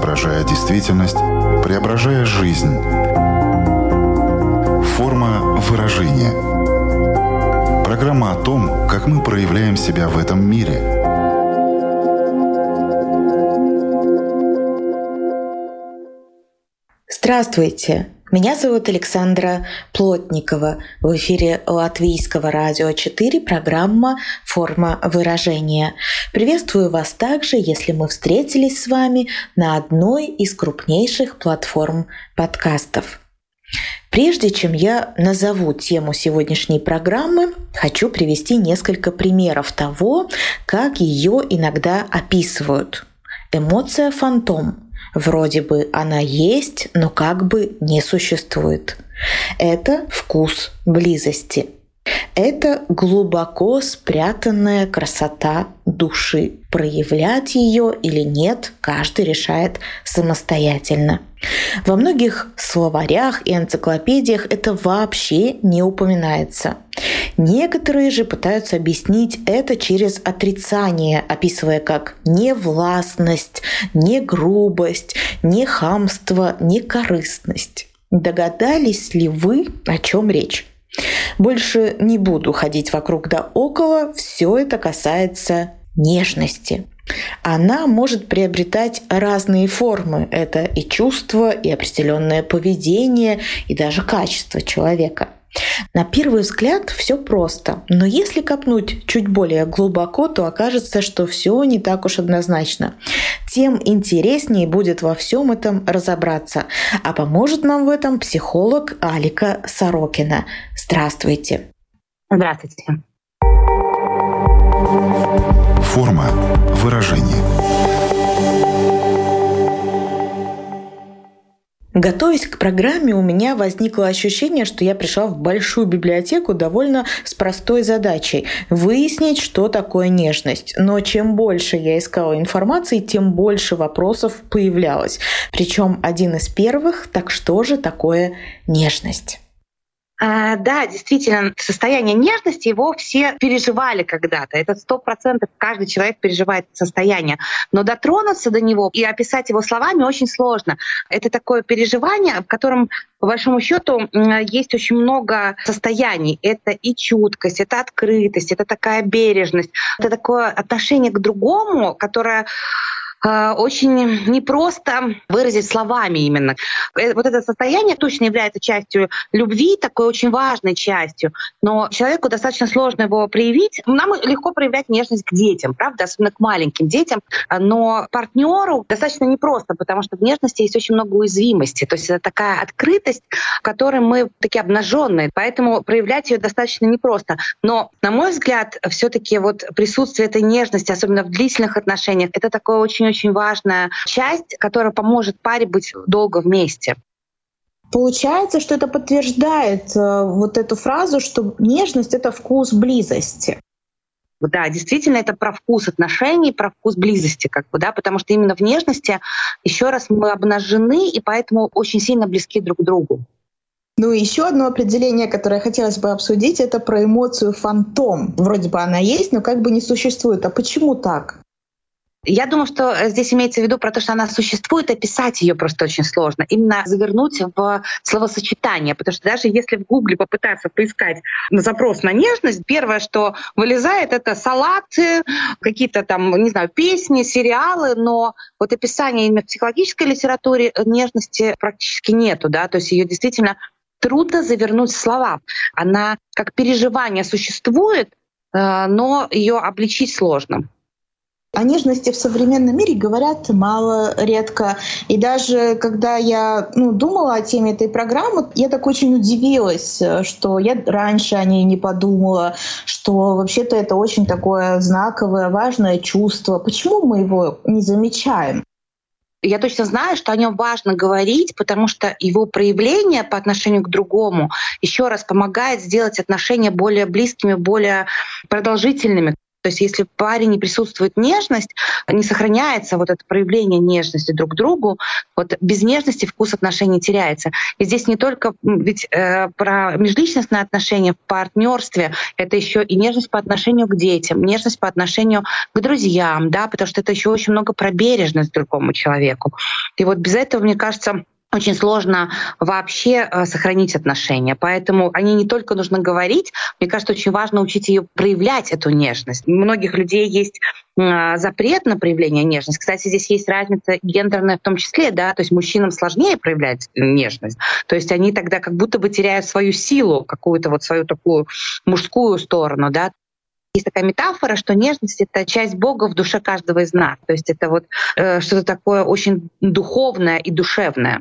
изображая действительность, преображая жизнь. Форма выражения. Программа о том, как мы проявляем себя в этом мире. Здравствуйте! Меня зовут Александра Плотникова. В эфире Латвийского радио 4 программа «Форма выражения». Приветствую вас также, если мы встретились с вами на одной из крупнейших платформ подкастов. Прежде чем я назову тему сегодняшней программы, хочу привести несколько примеров того, как ее иногда описывают. Эмоция фантом. Вроде бы она есть, но как бы не существует. Это вкус близости. Это глубоко спрятанная красота души. Проявлять ее или нет, каждый решает самостоятельно. Во многих словарях и энциклопедиях это вообще не упоминается. Некоторые же пытаются объяснить это через отрицание, описывая как невластность, негрубость, нехамство, некорыстность. Догадались ли вы, о чем речь? Больше не буду ходить вокруг да около, все это касается нежности. Она может приобретать разные формы. Это и чувства, и определенное поведение, и даже качество человека. На первый взгляд все просто, но если копнуть чуть более глубоко, то окажется, что все не так уж однозначно. Тем интереснее будет во всем этом разобраться. А поможет нам в этом психолог Алика Сорокина. Здравствуйте. Здравствуйте. Форма выражения. Готовясь к программе, у меня возникло ощущение, что я пришла в большую библиотеку довольно с простой задачей – выяснить, что такое нежность. Но чем больше я искала информации, тем больше вопросов появлялось. Причем один из первых – так что же такое нежность? Да, действительно, состояние нежности, его все переживали когда-то. Это 100%, каждый человек переживает это состояние. Но дотронуться до него и описать его словами очень сложно. Это такое переживание, в котором, по большому счету, есть очень много состояний. Это и чуткость, это открытость, это такая бережность, это такое отношение к другому, которое очень непросто выразить словами именно. Вот это состояние точно является частью любви, такой очень важной частью, но человеку достаточно сложно его проявить. Нам легко проявлять нежность к детям, правда, особенно к маленьким детям, но партнеру достаточно непросто, потому что в нежности есть очень много уязвимости. То есть это такая открытость, в которой мы такие обнаженные, поэтому проявлять ее достаточно непросто. Но, на мой взгляд, все-таки вот присутствие этой нежности, особенно в длительных отношениях, это такое очень важная часть, которая поможет паре быть долго вместе. Получается, что это подтверждает вот эту фразу, что нежность — это вкус близости. Да, действительно, это про вкус отношений, про вкус близости, потому что именно в нежности, еще раз, мы обнажены и поэтому очень сильно близки друг к другу. Ну и еще одно определение, которое хотелось бы обсудить, это про эмоцию фантом. Вроде бы она есть, но как бы не существует. А почему так? Я думаю, что здесь имеется в виду про то, что она существует, описать ее просто очень сложно. Именно завернуть в словосочетание, потому что даже если в Гугле попытаться поискать запрос на нежность, первое, что вылезает, это салаты, какие-то там, не знаю, песни, сериалы, но вот описания именно в психологической литературе нежности практически нету, да, то есть ее действительно трудно завернуть в слова. Она как переживание существует, но ее обличить сложно. О нежности в современном мире говорят мало, редко. И даже когда я думала о теме этой программы, я так очень удивилась, что я раньше о ней не подумала, что вообще-то это очень такое знаковое, важное чувство. Почему мы его не замечаем? Я точно знаю, что о нем важно говорить, потому что его проявление по отношению к другому еще раз помогает сделать отношения более близкими, более продолжительными. То есть если в паре не присутствует нежность, не сохраняется вот это проявление нежности друг к другу, вот без нежности вкус отношений теряется. И здесь не только ведь про межличностные отношения в партнерстве, это еще и нежность по отношению к детям, нежность по отношению к друзьям, да, потому что это еще очень много про бережность другому человеку. И вот без этого, мне кажется, очень сложно вообще сохранить отношения. Поэтому они не только нужно говорить, мне кажется, очень важно учить ее проявлять, эту нежность. У многих людей есть запрет на проявление нежности. Кстати, здесь есть разница гендерная в том числе, да, то есть мужчинам сложнее проявлять нежность. То есть они тогда как будто бы теряют свою силу, какую-то вот свою такую мужскую сторону, да. Есть такая метафора, что нежность — это часть Бога в душе каждого из нас. То есть это вот что-то такое очень духовное и душевное.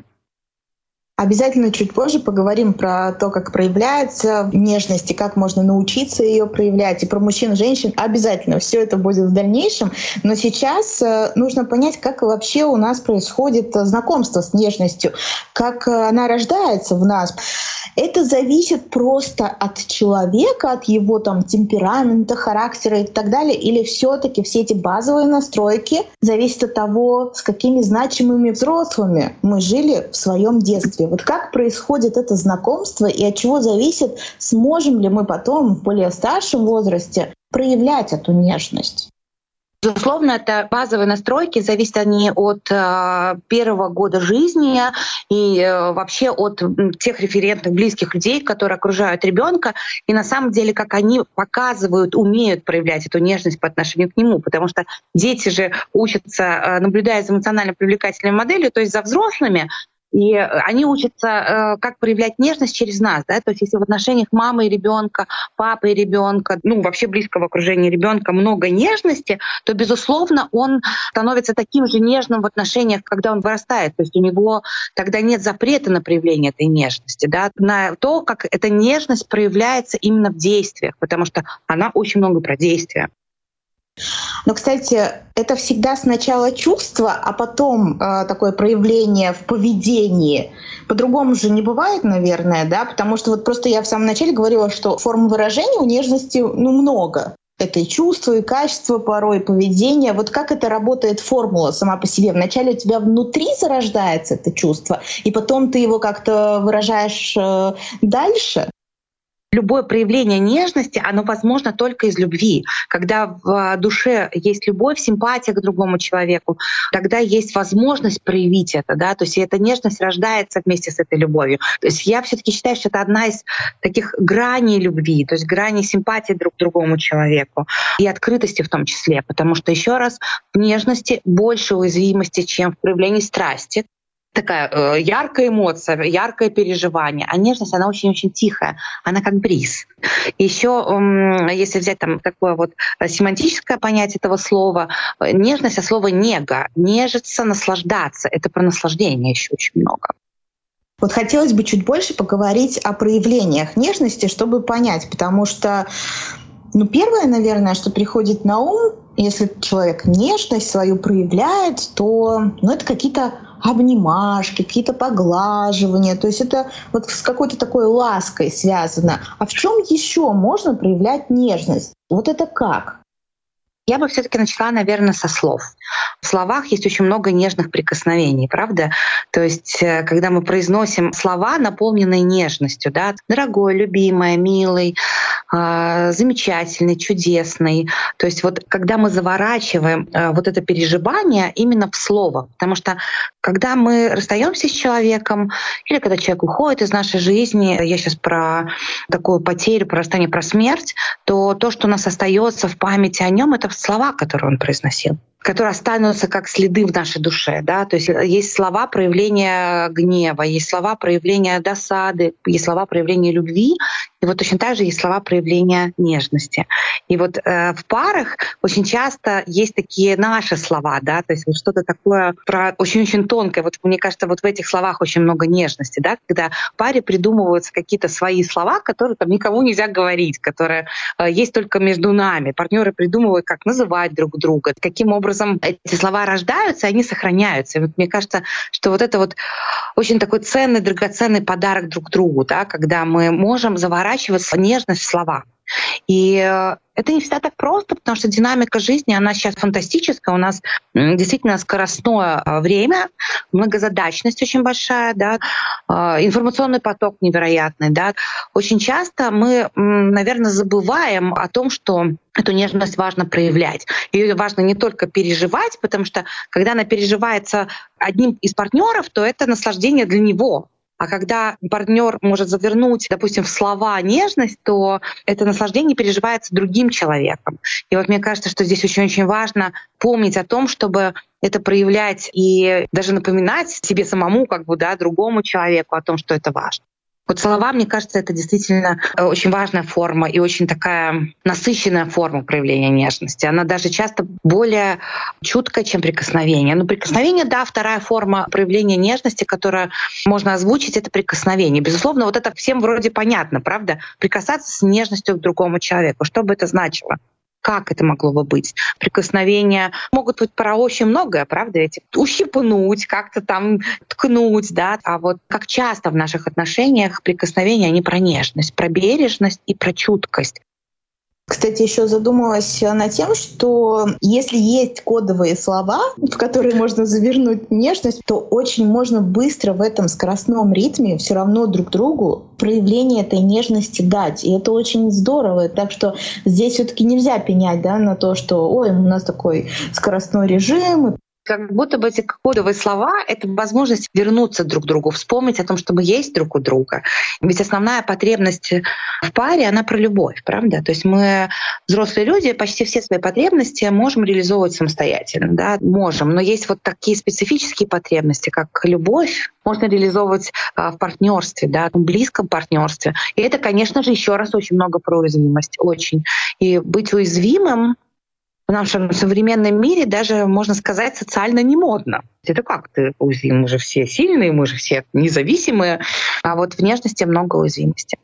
Обязательно чуть позже поговорим про то, как проявляется нежность и как можно научиться ее проявлять. И про мужчин и женщин обязательно. Все это будет в дальнейшем. Но сейчас нужно понять, как вообще у нас происходит знакомство с нежностью, как она рождается в нас. Это зависит просто от человека, от его там темперамента, характера и так далее. Или все-таки все эти базовые настройки зависят от того, с какими значимыми взрослыми мы жили в своем детстве. Вот как происходит это знакомство и от чего зависит, сможем ли мы потом в более старшем возрасте проявлять эту нежность? Безусловно, это базовые настройки, зависят они от первого года жизни и вообще от тех референтных близких людей, которые окружают ребенка, и на самом деле, как они показывают, умеют проявлять эту нежность по отношению к нему, потому что дети же учатся, наблюдая за эмоционально привлекательной моделью, то есть за взрослыми, и они учатся, как проявлять нежность через нас. Да? То есть если в отношениях мамы и ребенка, папы и ребенка, ну вообще близкого окружения ребенка много нежности, то, безусловно, он становится таким же нежным в отношениях, когда он вырастает. То есть у него тогда нет запрета на проявление этой нежности, да? На то, как эта нежность проявляется именно в действиях, потому что она очень много про действия. Но, кстати, это всегда сначала чувство, а потом такое проявление в поведении. По-другому же не бывает, наверное, да? Потому что вот просто я в самом начале говорила, что форм выражения у нежности много. Это и чувства, и качество порой, и поведение. Вот как это работает формула сама по себе? Вначале у тебя внутри зарождается это чувство, и потом ты его как-то выражаешь дальше. Любое проявление нежности, оно возможно только из любви. Когда в душе есть любовь, симпатия к другому человеку, тогда есть возможность проявить это, да, то есть эта нежность рождается вместе с этой любовью. То есть я все-таки считаю, что это одна из таких граней любви, то есть граней симпатии друг к другому человеку и открытости в том числе, потому что, еще раз, в нежности больше уязвимости, чем в проявлении страсти. Такая яркая эмоция, яркое переживание. А нежность, она очень-очень тихая, она как бриз. Еще, если взять там такое вот семантическое понятие этого слова, нежность от слова «нега», нежиться, наслаждаться. Это про наслаждение еще очень много. Вот хотелось бы чуть больше поговорить о проявлениях нежности, чтобы понять, потому что, первое, наверное, что приходит на ум, если человек нежность свою проявляет, то это какие-то обнимашки, какие-то поглаживания. То есть это вот с какой-то такой лаской связано. А в чем еще можно проявлять нежность? Вот это как? Я бы все-таки начала, наверное, со слов. В словах есть очень много нежных прикосновений, правда? То есть, когда мы произносим слова, наполненные нежностью, да, дорогой, любимая, милый, замечательный, чудесный. То есть вот когда мы заворачиваем вот это переживание именно в слово, потому что когда мы расстаемся с человеком или когда человек уходит из нашей жизни, я сейчас про такую потерю, про расставание, про смерть, то, что у нас остается в памяти о нем, это слова, которые он произносил, которые останутся как следы в нашей душе. Да? То есть слова проявления гнева, есть слова проявления досады, есть слова проявления любви, и вот точно так же есть слова проявления нежности. И вот в парах очень часто есть такие наши слова, да, то есть вот что-то такое про очень-очень тонкое. Вот мне кажется, вот в этих словах очень много нежности, да, когда в паре придумываются какие-то свои слова, которые там никому нельзя говорить, которые есть только между нами. Партнеры придумывают, как называть друг друга, каким образом эти слова рождаются, и они сохраняются. И вот мне кажется, что вот это вот очень такой ценный, драгоценный подарок друг другу, да, когда мы можем заворачивать нежность в слова. И это не всегда так просто, потому что динамика жизни, она сейчас фантастическая. У нас действительно скоростное время, многозадачность очень большая, да, информационный поток невероятный. Да. Очень часто мы, наверное, забываем о том, что эту нежность важно проявлять. Ее важно не только переживать, потому что когда она переживается одним из партнеров, то это наслаждение для него. А когда партнер может завернуть, допустим, в слова нежность, то это наслаждение переживается другим человеком. И вот мне кажется, что здесь очень-очень важно помнить о том, чтобы это проявлять и даже напоминать себе самому, другому человеку о том, что это важно. Вот слова, мне кажется, это действительно очень важная форма и очень такая насыщенная форма проявления нежности. Она даже часто более чуткая, чем прикосновение. Но прикосновение, да, вторая форма проявления нежности, которую можно озвучить, это прикосновение. Безусловно, вот это всем вроде понятно, правда? Прикасаться с нежностью к другому человеку. Что бы это значило? Как это могло бы быть? Прикосновения могут быть про очень многое, правда? Ведь ущипнуть, как-то там ткнуть, да? А вот как часто в наших отношениях прикосновения, они про нежность, про бережность и про чуткость. Кстати, еще задумалась над тем, что если есть кодовые слова, в которые можно завернуть нежность, то очень можно быстро в этом скоростном ритме все равно друг другу проявление этой нежности дать. И это очень здорово. Так что здесь все-таки нельзя пенять, да, на то, что ой, у нас такой скоростной режим. Как будто бы эти кодовые слова — это возможность вернуться друг к другу, вспомнить о том, что мы есть друг у друга. Ведь основная потребность в паре — она про любовь, правда? То есть мы, взрослые люди, почти все свои потребности можем реализовывать самостоятельно, да, можем. Но есть вот такие специфические потребности, как любовь, можно реализовывать в партнерстве, да, в близком партнерстве. И это, конечно же, еще раз очень много про уязвимость, очень. И быть уязвимым в нашем современном мире даже, можно сказать, социально не модно. Это как ты уязвим? Мы же все сильные, мы же все независимые. А вот в нежности много уязвимости.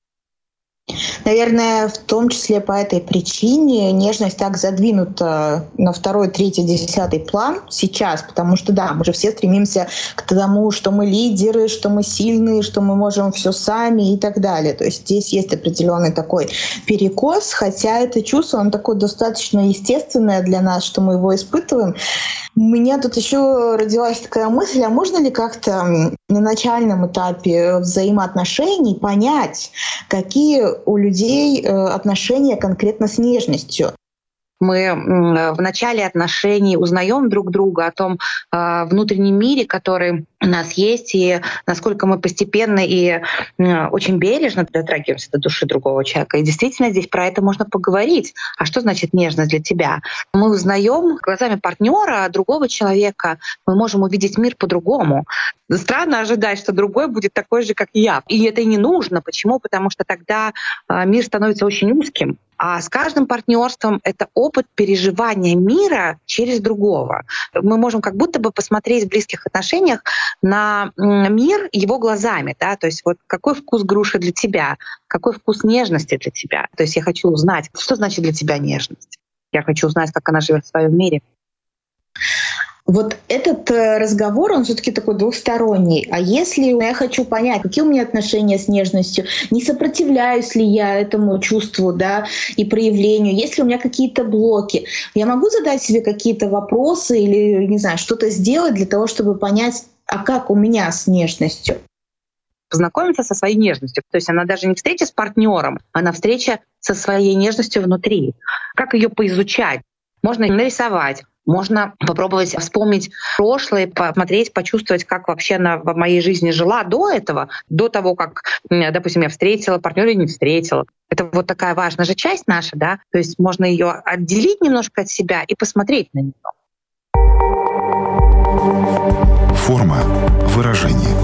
Наверное, в том числе по этой причине нежность так задвинута на 2-й, 3-й, 10-й план сейчас, потому что, да, мы же все стремимся к тому, что мы лидеры, что мы сильные, что мы можем все сами и так далее. То есть здесь есть определенный такой перекос, хотя это чувство, оно такое достаточно естественное для нас, что мы его испытываем. У меня тут еще родилась такая мысль, а можно ли как-то на начальном этапе взаимоотношений понять, какие у людей отношения конкретно с нежностью? Мы в начале отношений узнаем друг друга о том внутреннем мире, который у нас есть, и насколько мы постепенно и очень бережно дотрагиваемся до души другого человека. И действительно здесь про это можно поговорить. А что значит нежность для тебя? Мы узнаем глазами партнера другого человека, мы можем увидеть мир по-другому. Странно ожидать, что другой будет такой же, как я. И это и не нужно. Почему? Потому что тогда мир становится очень узким. А с каждым партнерством это опыт переживания мира через другого. Мы можем как будто бы посмотреть в близких отношениях на мир его глазами. Да? То есть вот какой вкус груши для тебя, какой вкус нежности для тебя. То есть я хочу узнать, что значит для тебя нежность. Я хочу узнать, как она живет в своем мире. Вот этот разговор, он все-таки такой двухсторонний. А если я хочу понять, какие у меня отношения с нежностью, не сопротивляюсь ли я этому чувству, да, и проявлению, есть ли у меня какие-то блоки, я могу задать себе какие-то вопросы или, не знаю, что-то сделать для того, чтобы понять, а как у меня с нежностью? Познакомиться со своей нежностью. То есть она даже не встреча с партнером, она встреча со своей нежностью внутри. Как ее поизучать? Можно нарисовать. Можно попробовать вспомнить прошлое, посмотреть, почувствовать, как вообще она в моей жизни жила до этого, до того, как, допустим, я встретила партнера или не встретила. Это вот такая важная же часть наша, да. То есть можно ее отделить немножко от себя и посмотреть на нее. Форма выражения.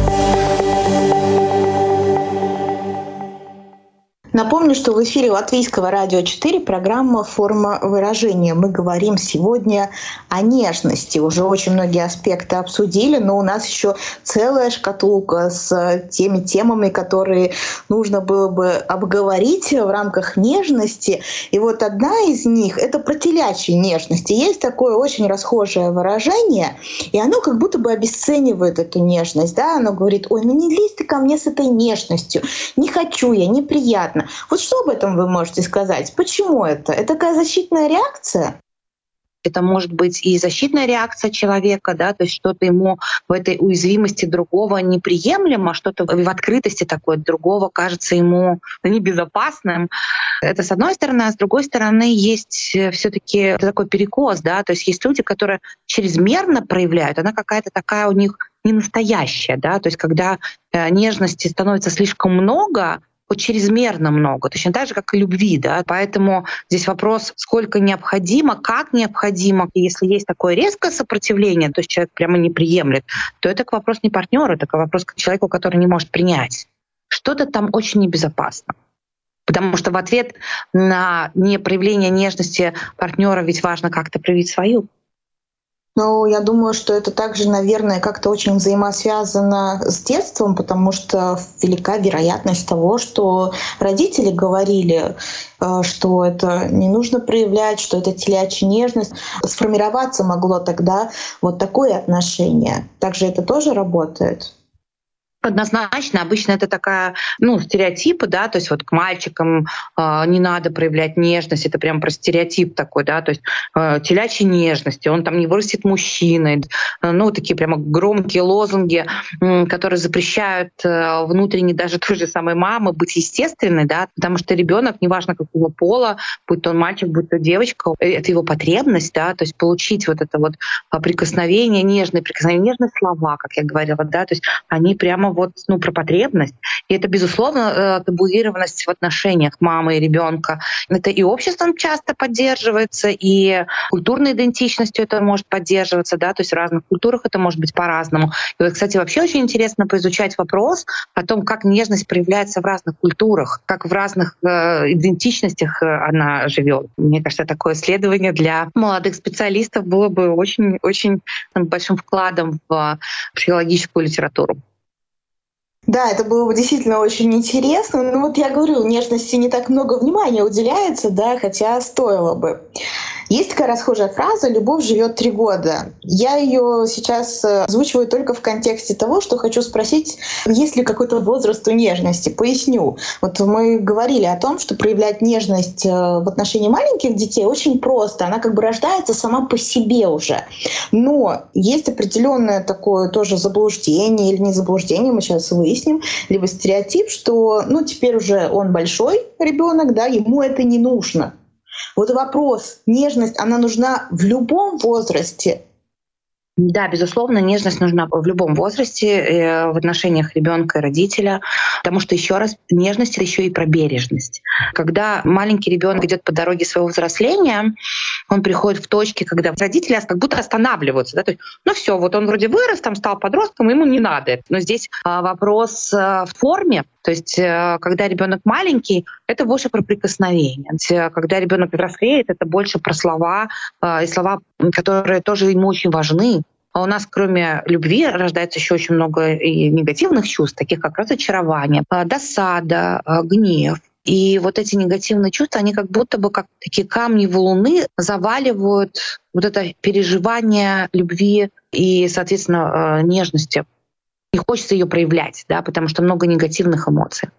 Напомню, что в эфире Латвийского радио 4 программа «Форма выражения». Мы говорим сегодня о нежности. Уже очень многие аспекты обсудили, но у нас еще целая шкатулка с теми темами, которые нужно было бы обговорить в рамках нежности. И вот одна из них — это про телячьи нежности. Есть такое очень расхожее выражение, и оно как будто бы обесценивает эту нежность. Да? Оно говорит: ой, ну не лезь ты ко мне с этой нежностью, не хочу я, неприятно. неприятно. Вот что об этом вы можете сказать? Почему это? Это такая защитная реакция? Это может быть и защитная реакция человека, да, то есть что-то ему в этой уязвимости другого неприемлемо, что-то в открытости такой другого кажется ему небезопасным. Это с одной стороны, а с другой стороны есть все-таки такой перекос, да, то есть есть люди, которые чрезмерно проявляют, она какая-то такая у них не настоящая, да, то есть когда нежности становится слишком много, вот чрезмерно много, точно так же, как и любви, да. Поэтому здесь вопрос, сколько необходимо, как необходимо. И если есть такое резкое сопротивление, то есть человек прямо не приемлет, то это вопрос не партнера, это вопрос к человеку, который не может принять. Что-то там очень небезопасно. Потому что в ответ на непроявление нежности партнера ведь важно как-то проявить свою. Ну, я думаю, что это также, наверное, как-то очень взаимосвязано с детством, потому что велика вероятность того, что родители говорили, что это не нужно проявлять, что это телячья нежность. Сформироваться могло тогда вот такое отношение. Также это тоже работает? Однозначно, обычно это такая, стереотипы, да, то есть вот к мальчикам не надо проявлять нежность, это прям про стереотип такой, да, то есть телячьей нежности, он там не вырастет мужчиной, такие прямо громкие лозунги, которые запрещают внутренне даже той же самой мамы быть естественной, да, потому что ребенок, неважно какого пола, будь то он мальчик, будь то девочка, это его потребность, да, то есть получить вот это вот прикосновение, нежные слова, как я говорила, да, то есть они прямо про потребность. И это, безусловно, табуированность в отношениях мамы и ребенка. Это и обществом часто поддерживается, и культурной идентичностью это может поддерживаться, да, то есть в разных культурах это может быть по-разному. И вот, кстати, вообще очень интересно поизучать вопрос о том, как нежность проявляется в разных культурах, как в разных идентичностях она живет. Мне кажется, такое исследование для молодых специалистов было бы очень большим вкладом в психологическую литературу. Да, это было бы действительно очень интересно. Но вот я говорю, нежности не так много внимания уделяется, да, хотя стоило бы. Есть такая расхожая фраза «любовь живет 3 года». Я ее сейчас озвучиваю только в контексте того, что хочу спросить, есть ли какой-то возраст у нежности. Поясню. Вот мы говорили о том, что проявлять нежность в отношении маленьких детей очень просто. Она как бы рождается сама по себе уже. Но есть определенное такое тоже заблуждение или не заблуждение, мы сейчас выясним, либо стереотип, что теперь уже он большой ребенок, да, ему это не нужно. Вот вопрос, нежность, она нужна в любом возрасте? Да, безусловно, нежность нужна в любом возрасте, в отношениях ребенка и родителя, потому что, еще раз, нежность — это еще и про бережность. Когда маленький ребенок идет по дороге своего взросления, он приходит в точки, когда родители как будто останавливаются. Да? То есть, все, вот он вроде вырос, там стал подростком, ему не надо. Но здесь вопрос в форме. То есть, когда ребенок маленький, это больше про прикосновение. Когда ребенок взрослеет, это больше про слова, и слова, которые тоже ему очень важны. А у нас, кроме любви, рождается еще очень много и негативных чувств, таких как разочарование, досада, гнев. И вот эти негативные чувства, они как будто бы как такие камни валуны заваливают вот это переживание любви и, соответственно, нежности. Не хочется ее проявлять, да, потому что много негативных эмоций.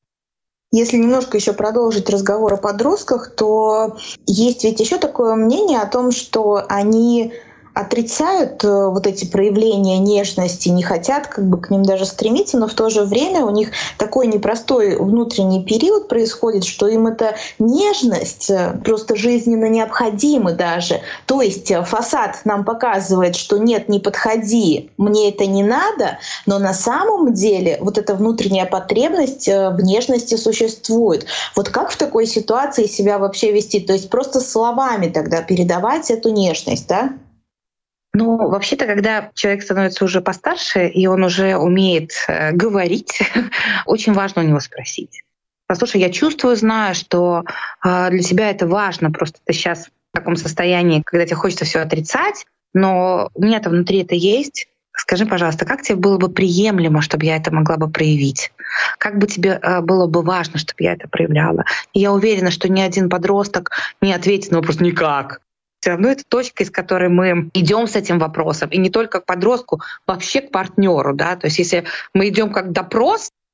Если немножко еще продолжить разговор о подростках, то есть ведь еще такое мнение о том, что они отрицают вот эти проявления нежности, не хотят как бы к ним даже стремиться, но в то же время у них такой непростой внутренний период происходит, что им эта нежность просто жизненно необходима даже. То есть фасад нам показывает, что нет, не подходи, мне это не надо, но на самом деле вот эта внутренняя потребность в нежности существует. Вот как в такой ситуации себя вообще вести? То есть просто словами тогда передавать эту нежность, да? Вообще-то, когда человек становится уже постарше, и он уже умеет говорить, очень важно у него спросить. Послушай, я чувствую, знаю, что для тебя это важно, просто ты сейчас в таком состоянии, когда тебе хочется все отрицать, но у меня-то внутри это есть. Скажи, пожалуйста, как тебе было бы приемлемо, чтобы я это могла бы проявить? Как бы тебе было бы важно, чтобы я это проявляла? И я уверена, что ни один подросток не ответит на вопрос «никак». Все равно это точка, из которой мы идем с этим вопросом. И не только к подростку, вообще к партнеру. Да? То есть если мы идем как допрос,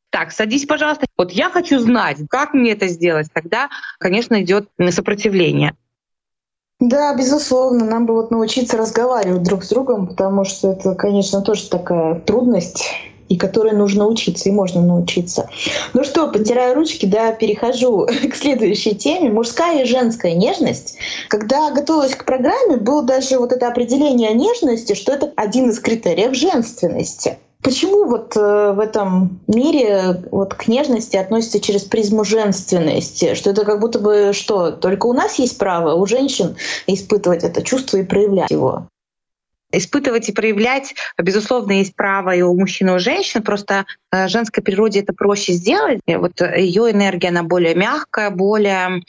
Так, садись, пожалуйста. Вот я хочу знать, как мне это сделать. Тогда, конечно, идет сопротивление. Да, безусловно, нам бы научиться разговаривать друг с другом, потому что это, конечно, тоже такая трудность, и которой нужно учиться, и можно научиться. Ну что, потираю ручки, перехожу к следующей теме. Мужская и женская нежность. Когда готовилась к программе, было даже это определение нежности, что это один из критериев женственности. Почему в этом мире к нежности относятся через призму женственности? Что это как будто бы только у нас есть право у женщин испытывать это чувство и проявлять его? Испытывать и проявлять, безусловно, есть право и у мужчин, и у женщин. Просто в женской природе это проще сделать. Ее энергия, она более мягкая, более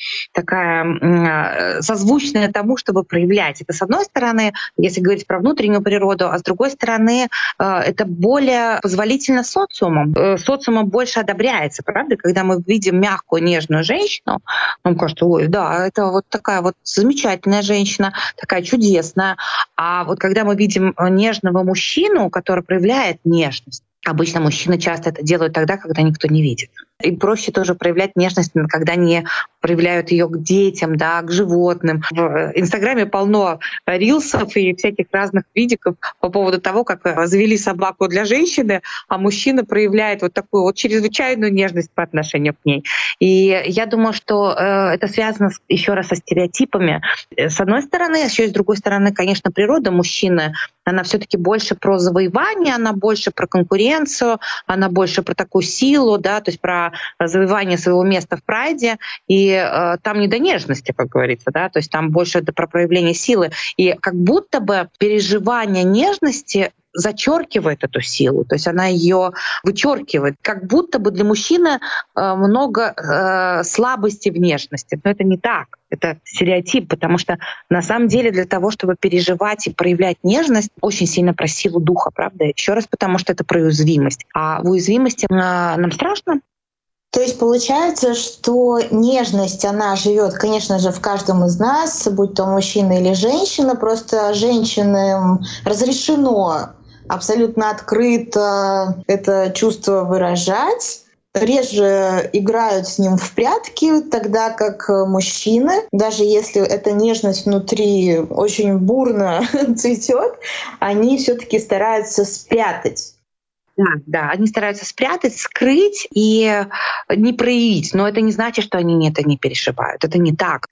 такая созвучная тому, чтобы проявлять. Это с одной стороны, если говорить про внутреннюю природу, а с другой стороны, это более позволительно социумом. Социумом больше одобряется, правда? Когда мы видим мягкую, нежную женщину, нам кажется, ой, да, это такая замечательная женщина, такая чудесная. А когда мы видим нежного мужчину, который проявляет нежность, обычно мужчины часто это делают тогда, когда никто не видит. И проще тоже проявлять нежность, когда не проявляют ее к детям, к животным. В Инстаграме полно рилсов и всяких разных видиков по поводу того, как завели собаку для женщины, а мужчина проявляет такую чрезвычайную нежность по отношению к ней. И я думаю, что это связано еще раз со стереотипами. С одной стороны, еще и с другой стороны, конечно, природа мужчины, она все-таки больше про завоевание, она больше про конкуренцию, она больше про такую силу, то есть про завоевание своего места в прайде, и там не до нежности, как говорится, то есть там больше про проявление силы. И как будто бы переживание нежности зачеркивает эту силу, то есть она ее вычеркивает. Как будто бы для мужчины много слабости в нежности. Но это не так. Это стереотип, потому что на самом деле для того, чтобы переживать и проявлять нежность, очень сильно про силу духа, правда? Еще раз, потому что это про уязвимость. А в уязвимости нам страшно. То есть получается, что нежность, она живет, конечно же, в каждом из нас, будь то мужчина или женщина. Просто женщинам разрешено абсолютно открыто это чувство выражать. Реже играют с ним в прятки, тогда как мужчины, даже если эта нежность внутри очень бурно цветет, они все-таки стараются спрятать. Да, они стараются спрятать, скрыть и не проявить. Но это не значит, что они это не переживают. Это не так.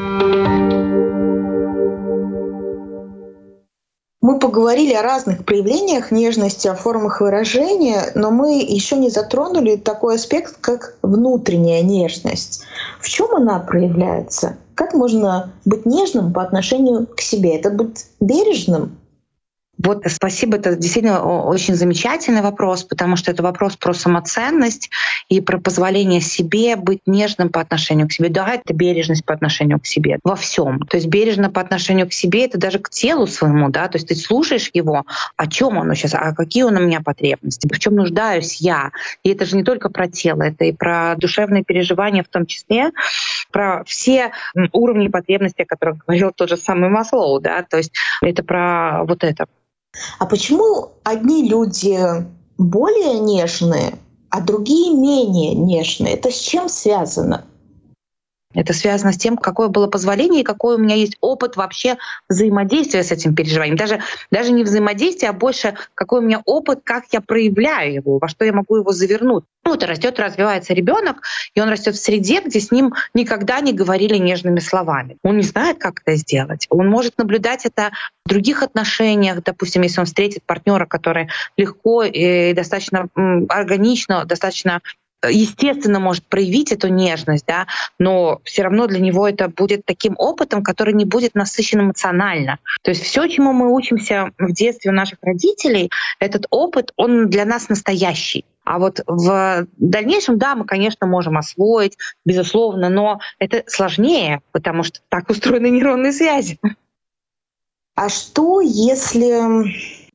Мы поговорили о разных проявлениях нежности, о формах выражения, но мы еще не затронули такой аспект, как внутренняя нежность. В чем она проявляется? Как можно быть нежным по отношению к себе? Это быть бережным? Спасибо, это действительно очень замечательный вопрос, потому что это вопрос про самоценность и про позволение себе быть нежным по отношению к себе. Да, это бережность по отношению к себе во всем. То есть бережно по отношению к себе — это даже к телу своему, то есть ты слушаешь его, о чем оно сейчас, а какие у меня потребности, в чем нуждаюсь я. И это же не только про тело, это и про душевные переживания в том числе, про все уровни потребностей, о которых говорил тот же самый Маслоу, то есть это про это. А почему одни люди более нежные, а другие менее нежные? Это с чем связано? Это связано с тем, какое было позволение и какой у меня есть опыт вообще взаимодействия с этим переживанием. Даже не взаимодействие, а больше какой у меня опыт, как я проявляю его, во что я могу его завернуть. Это растет, развивается ребенок, и он растет в среде, где с ним никогда не говорили нежными словами. Он не знает, как это сделать. Он может наблюдать это в других отношениях. Допустим, если он встретит партнера, который легко и достаточно органично, достаточно естественно может проявить эту нежность, но все равно для него это будет таким опытом, который не будет насыщен эмоционально. То есть все, чему мы учимся в детстве у наших родителей, этот опыт, он для нас настоящий. А в дальнейшем, мы, конечно, можем освоить, безусловно, но это сложнее, потому что так устроены нейронные связи. А что, если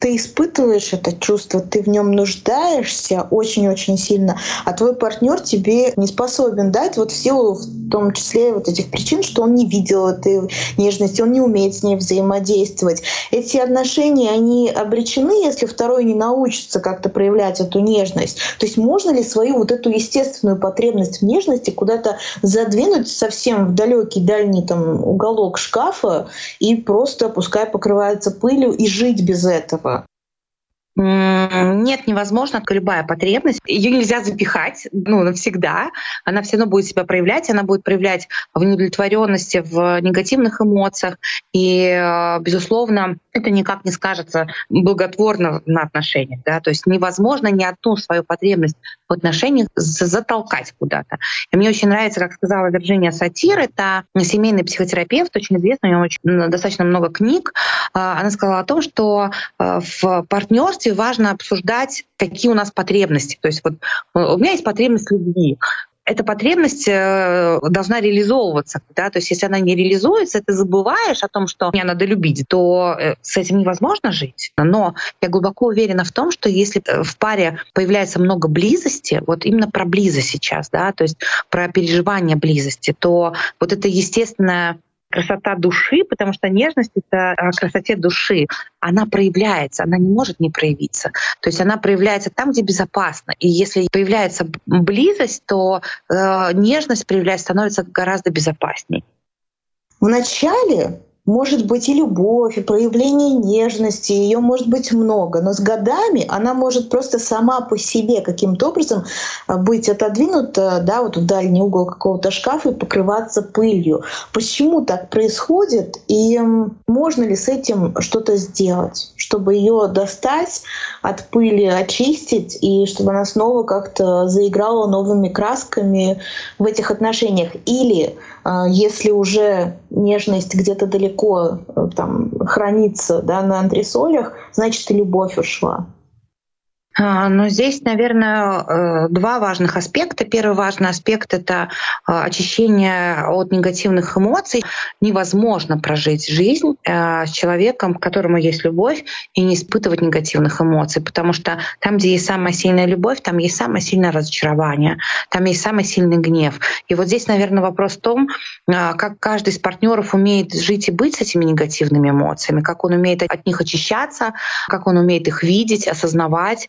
ты испытываешь это чувство, ты в нем нуждаешься очень-очень сильно, а твой партнер тебе не способен дать вот в силу, в том числе вот этих причин, что он не видел этой нежности, он не умеет с ней взаимодействовать. Эти отношения, они обречены, если второй не научится как-то проявлять эту нежность. То есть можно ли свою вот эту естественную потребность в нежности куда-то задвинуть совсем в далекий дальний там уголок шкафа и просто пускай покрывается пылью и жить без этого? Нет, невозможно. Любая потребность, ее нельзя запихать, навсегда. Она все равно будет себя проявлять, она будет проявлять в неудовлетворенности, в негативных эмоциях. И, безусловно, это никак не скажется благотворно на отношениях. Да? То есть невозможно ни одну свою потребность в отношениях затолкать куда-то. И мне очень нравится, как сказала Вирджиния Сатир, это семейный психотерапевт, очень известный, у него достаточно много книг. Она сказала о том, что в партнерстве важно обсуждать, какие у нас потребности. То есть вот у меня есть потребность любви. Эта потребность должна реализовываться. Да? То есть если она не реализуется, ты забываешь о том, что меня надо любить, то с этим невозможно жить. Но я глубоко уверена в том, что если в паре появляется много близости, вот именно про близость сейчас, да, то есть про переживание близости, то вот это естественная красота души, потому что нежность — это о красоте души. Она проявляется, она не может не проявиться. То есть она проявляется там, где безопасно. И если появляется близость, то нежность проявляется, становится гораздо безопасней. Вначале может быть и любовь, и проявление нежности, ее может быть много, но с годами она может просто сама по себе каким-то образом быть отодвинута, да, вот в дальний угол какого-то шкафа и покрываться пылью. Почему так происходит и можно ли с этим что-то сделать, чтобы ее достать, от пыли очистить и чтобы она снова как-то заиграла новыми красками в этих отношениях? Или если уже нежность где-то далеко там хранится, да, на антресолях, значит, и любовь ушла. Но здесь, наверное, два важных аспекта. Первый важный аспект — это очищение от негативных эмоций. Невозможно прожить жизнь с человеком, к которому есть любовь, и не испытывать негативных эмоций, потому что там, где есть самая сильная любовь, там есть самое сильное разочарование, там есть самый сильный гнев. И вот здесь, наверное, вопрос в том, как каждый из партнеров умеет жить и быть с этими негативными эмоциями, как он умеет от них очищаться, как он умеет их видеть, осознавать,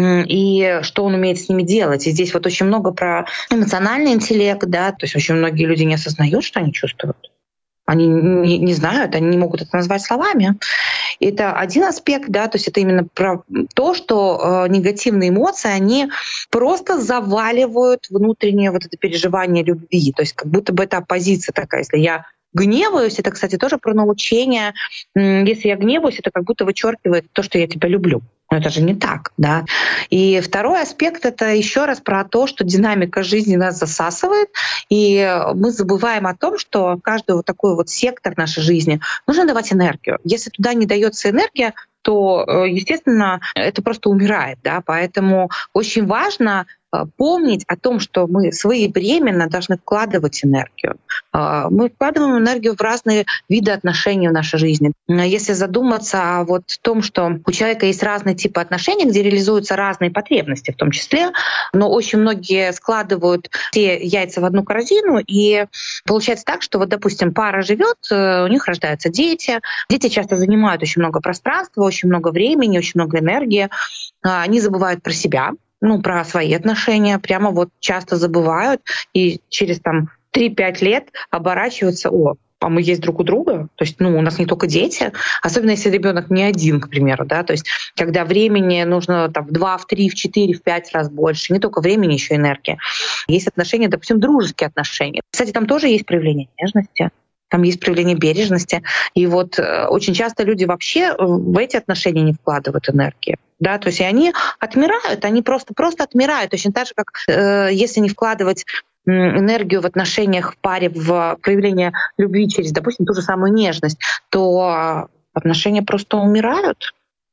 и что он умеет с ними делать. И здесь вот очень много про эмоциональный интеллект, да, то есть очень многие люди не осознают, что они чувствуют. Они не знают, они не могут это назвать словами. И это один аспект, да, то есть это именно про то, что негативные эмоции, они просто заваливают внутреннее вот это переживание любви. То есть как будто бы это оппозиция такая. Если я гневаюсь, это, кстати, тоже про научение. Если я гневаюсь, это как будто вычеркивает то, что я тебя люблю. Но это же не так, да. И второй аспект — это еще раз про то, что динамика жизни нас засасывает, и мы забываем о том, что каждый вот такой вот сектор нашей жизни нужно давать энергию. Если туда не дается энергия, то, естественно, это просто умирает, да. Поэтому очень важно помнить о том, что мы своевременно должны вкладывать энергию. Мы вкладываем энергию в разные виды отношений в нашей жизни. Если задуматься о вот том, что у человека есть разные типы отношений, где реализуются разные потребности в том числе, но очень многие складывают все яйца в одну корзину, и получается так, что вот, допустим, пара живет, у них рождаются дети. Дети часто занимают очень много пространства, очень много времени, очень много энергии. Они забывают про себя, про свои отношения, прямо вот часто забывают, и через 3-5 лет оборачиваются: а мы есть друг у друга, то есть, у нас не только дети, особенно если ребенок не один, к примеру, да, то есть, когда времени нужно в 2, в 3, в 4, в 5 раз больше, не только времени, еще и энергия. Есть отношения, допустим, дружеские отношения. Кстати, там тоже есть проявление нежности, там есть проявление бережности. И вот очень часто люди вообще в эти отношения не вкладывают энергии. Да, то есть и они отмирают, они просто отмирают. Точно так же, как если не вкладывать энергию в отношениях в паре, в проявление любви через, допустим, ту же самую нежность, то отношения просто умирают.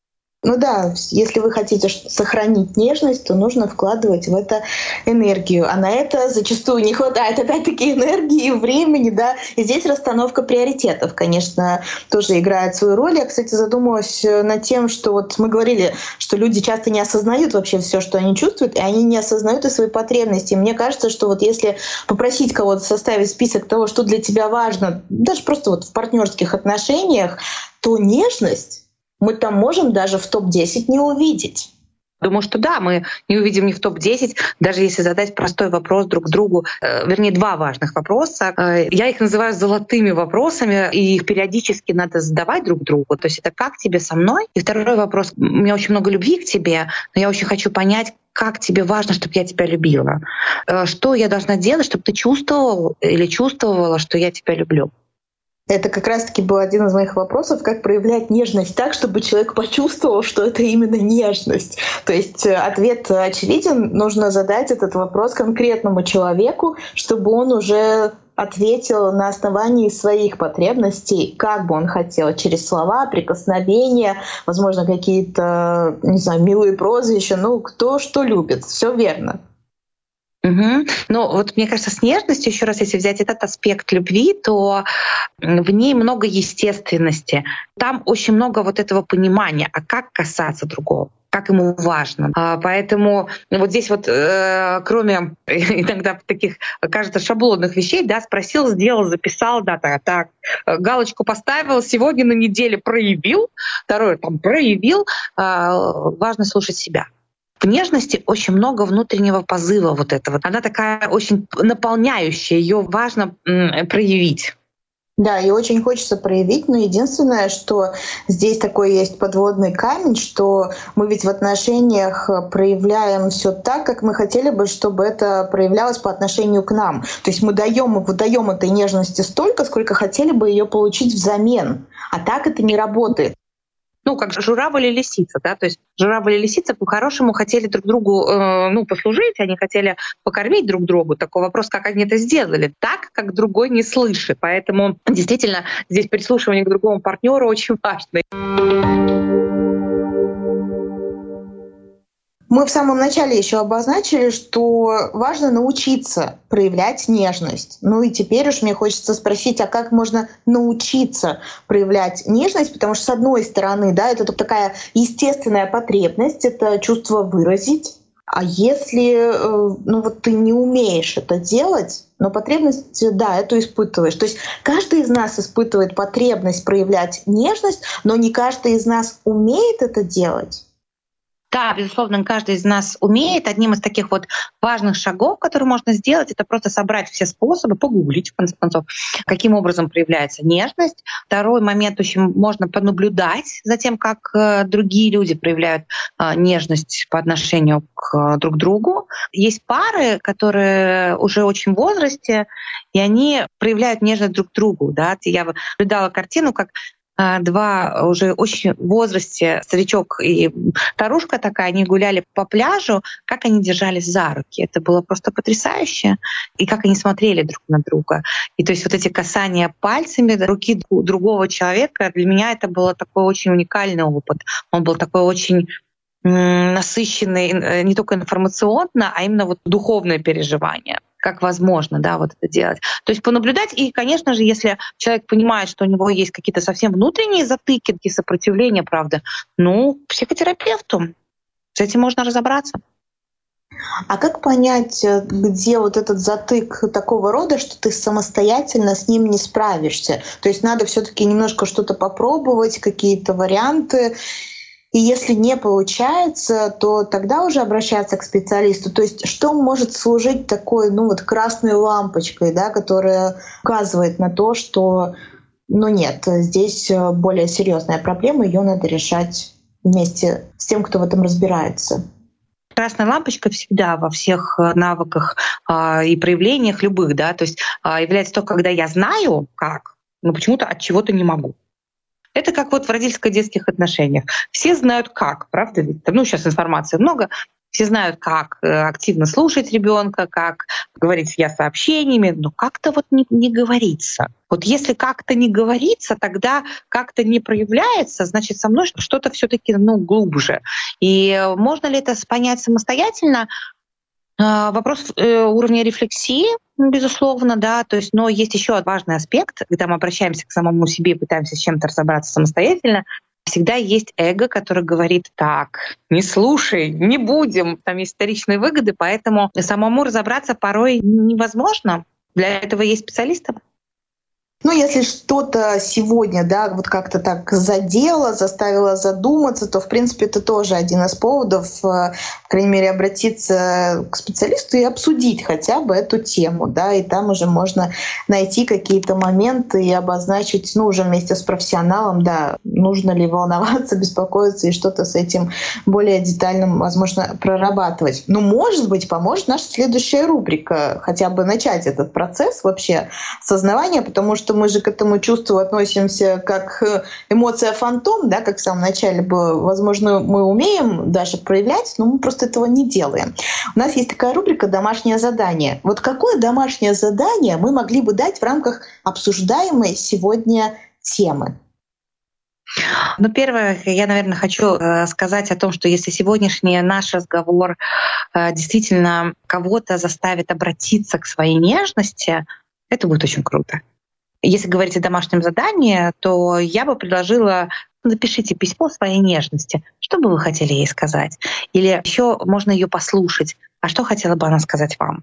Ну да, если вы хотите сохранить нежность, то нужно вкладывать в это энергию. А на это зачастую не хватает, опять-таки, энергии, времени, да. И здесь расстановка приоритетов, конечно, тоже играет свою роль. Я, кстати, задумалась над тем, что вот мы говорили, что люди часто не осознают вообще все, что они чувствуют, и они не осознают и свои потребности. И мне кажется, что вот если попросить кого-то составить список того, что для тебя важно, даже просто вот в партнерских отношениях, то нежность мы там можем даже в топ-10 не увидеть. Думаю, что да, мы не увидим ни в топ-10, даже если задать простой вопрос друг другу, вернее, два важных вопроса. Я их называю золотыми вопросами, и их периодически надо задавать друг другу. То есть это «как тебе со мной?» И второй вопрос: «У меня очень много любви к тебе, но я очень хочу понять, как тебе важно, чтобы я тебя любила. Что я должна делать, чтобы ты чувствовал или чувствовала, что я тебя люблю?» Это как раз-таки был один из моих вопросов, как проявлять нежность так, чтобы человек почувствовал, что это именно нежность. То есть ответ очевиден, нужно задать этот вопрос конкретному человеку, чтобы он уже ответил на основании своих потребностей, как бы он хотел, через слова, прикосновения, возможно, какие-то, не знаю, милые прозвища, кто что любит. Все верно. Угу. Ну вот мне кажется, с нежностью, еще раз, если взять этот аспект любви, то в ней много естественности. Там очень много вот этого понимания, а как касаться другого, как ему важно. Поэтому вот здесь вот, кроме иногда таких, кажется, шаблонных вещей, да, спросил, сделал, записал, да, так, галочку поставил, сегодня на неделе проявил, второе там проявил, важно слушать себя. В нежности очень много внутреннего позыва вот этого. Она такая очень наполняющая, ее важно проявить. Да, и очень хочется проявить, но единственное, что здесь такой есть подводный камень, что мы ведь в отношениях проявляем все так, как мы хотели бы, чтобы это проявлялось по отношению к нам. То есть мы выдаем этой нежности столько, сколько хотели бы ее получить взамен. А так это не работает. Ну, как журавль и лисица, да, то есть журавль и лисица по-хорошему хотели друг другу, послужить, они хотели покормить друг друга. Такой вопрос, как они это сделали, так, как другой не слышит. Поэтому действительно здесь прислушивание к другому партнеру очень важно. Мы в самом начале еще обозначили, что важно научиться проявлять нежность. Ну и теперь уж мне хочется спросить, а как можно научиться проявлять нежность? Потому что, с одной стороны, да, это такая естественная потребность, это чувство выразить. А если ты не умеешь это делать, но потребность, да, эту испытываешь. То есть каждый из нас испытывает потребность проявлять нежность, но не каждый из нас умеет это делать. Да, безусловно, каждый из нас умеет. Одним из таких вот важных шагов, которые можно сделать, это просто собрать все способы, погуглить, в конце концов, каким образом проявляется нежность. Второй момент, очень можно понаблюдать за тем, как другие люди проявляют нежность по отношению к друг другу. Есть пары, которые уже очень в возрасте, и они проявляют нежность друг к другу. Да? Я наблюдала картину, как два уже очень в возрасте, старичок и старушка такая, они гуляли по пляжу, как они держались за руки. Это было просто потрясающе. И как они смотрели друг на друга. И то есть вот эти касания пальцами руки другого человека, для меня это был такой очень уникальный опыт. Он был такой очень насыщенный не только информационно, а именно вот духовное переживание. Как возможно, да, вот это делать. То есть понаблюдать, и, конечно же, если человек понимает, что у него есть какие-то совсем внутренние затыки, такие сопротивления, правда, психотерапевту. С этим можно разобраться. А как понять, где вот этот затык такого рода, что ты самостоятельно с ним не справишься? То есть надо все-таки немножко что-то попробовать, какие-то варианты. И если не получается, то тогда уже обращаться к специалисту. То есть что может служить такой, красной лампочкой, да, которая указывает на то, что, нет, здесь более серьезная проблема, ее надо решать вместе с тем, кто в этом разбирается. Красная лампочка всегда во всех навыках и проявлениях любых, да, то есть является то, когда я знаю как, но почему-то от чего-то не могу. Это как вот в родительско-детских отношениях. Все знают как, правда? Сейчас информации много. Все знают, как активно слушать ребенка, как говорить «я» сообщениями, но как-то вот не говорится. Вот если как-то не говорится, тогда как-то не проявляется, значит, со мной что-то все-таки глубже. И можно ли это понять самостоятельно? Вопрос уровня рефлексии, безусловно, да. То есть, но есть еще важный аспект, когда мы обращаемся к самому себе и пытаемся с чем-то разобраться самостоятельно. Всегда есть эго, которое говорит: так, не слушай, не будем. Там есть вторичные выгоды, поэтому самому разобраться порой невозможно. Для этого есть специалисты. Если что-то сегодня, вот как-то так задело, заставило задуматься, то, в принципе, это тоже один из поводов, по крайней мере, обратиться к специалисту и обсудить хотя бы эту тему, и там уже можно найти какие-то моменты и обозначить, уже вместе с профессионалом, нужно ли волноваться, беспокоиться и что-то с этим более детально, возможно, прорабатывать. Может быть, поможет наша следующая рубрика хотя бы начать этот процесс вообще осознавания, потому что мы же к этому чувству относимся как эмоция фантом, как в самом начале было. Возможно, мы умеем даже проявлять, но мы просто этого не делаем. У нас есть такая рубрика «Домашнее задание». Вот какое домашнее задание мы могли бы дать в рамках обсуждаемой сегодня темы? Первое, я, наверное, хочу сказать о том, что если сегодняшний наш разговор действительно кого-то заставит обратиться к своей нежности, это будет очень круто. Если говорить о домашнем задании, то я бы предложила: напишите письмо своей нежности. Что бы вы хотели ей сказать? Или еще можно ее послушать. А что хотела бы она сказать вам?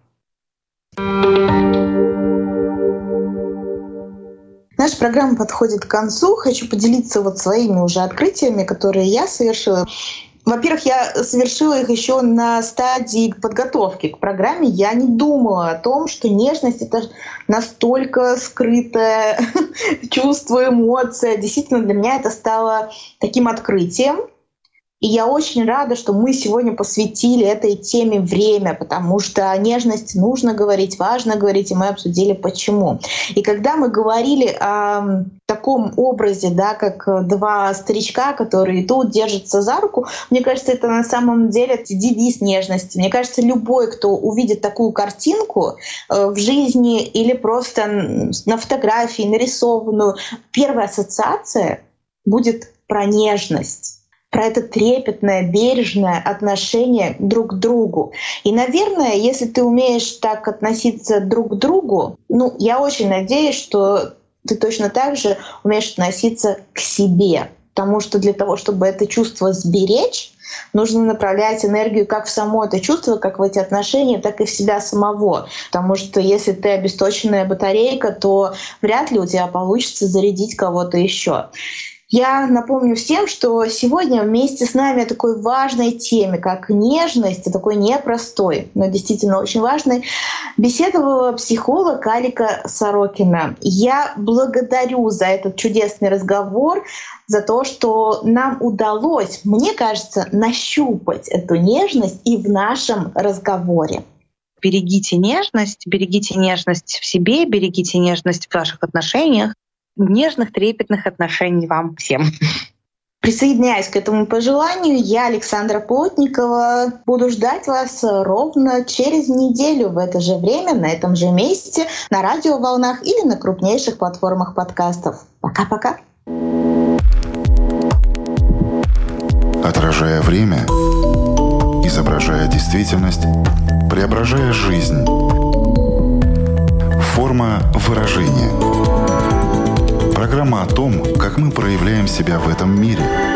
Наша программа подходит к концу. Хочу поделиться своими уже открытиями, которые я совершила. Во-первых, я совершила их еще на стадии подготовки к программе. Я не думала о том, что нежность — это настолько скрытое чувство, эмоция. Действительно, для меня это стало таким открытием. И я очень рада, что мы сегодня посвятили этой теме время, потому что о нежности нужно говорить, важно говорить, и мы обсудили почему. И когда мы говорили о таком образе, как два старичка, которые идут, держатся за руку, мне кажется, это на самом деле девиз нежности. Мне кажется, любой, кто увидит такую картинку в жизни или просто на фотографии нарисованную, первая ассоциация будет про нежность, про это трепетное, бережное отношение друг к другу. И, наверное, если ты умеешь так относиться друг к другу, я очень надеюсь, что ты точно так же умеешь относиться к себе. Потому что для того, чтобы это чувство сберечь, нужно направлять энергию как в само это чувство, как в эти отношения, так и в себя самого. Потому что если ты обесточенная батарейка, то вряд ли у тебя получится зарядить кого-то еще. Я напомню всем, что сегодня вместе с нами о такой важной теме, как нежность, такой непростой, но действительно очень важной, беседовала психолог Алика Сорокина. Я благодарю за этот чудесный разговор, за то, что нам удалось, мне кажется, нащупать эту нежность и в нашем разговоре. Берегите нежность в себе, берегите нежность в ваших отношениях. Нежных, трепетных отношений вам всем. Присоединяюсь к этому пожеланию. Я, Александра Плотникова, буду ждать вас ровно через неделю в это же время, на этом же месте, на радиоволнах или на крупнейших платформах подкастов. Пока-пока. Отражая время, изображая действительность, преображая жизнь. Форма выражения. Программа о том, как мы проявляем себя в этом мире –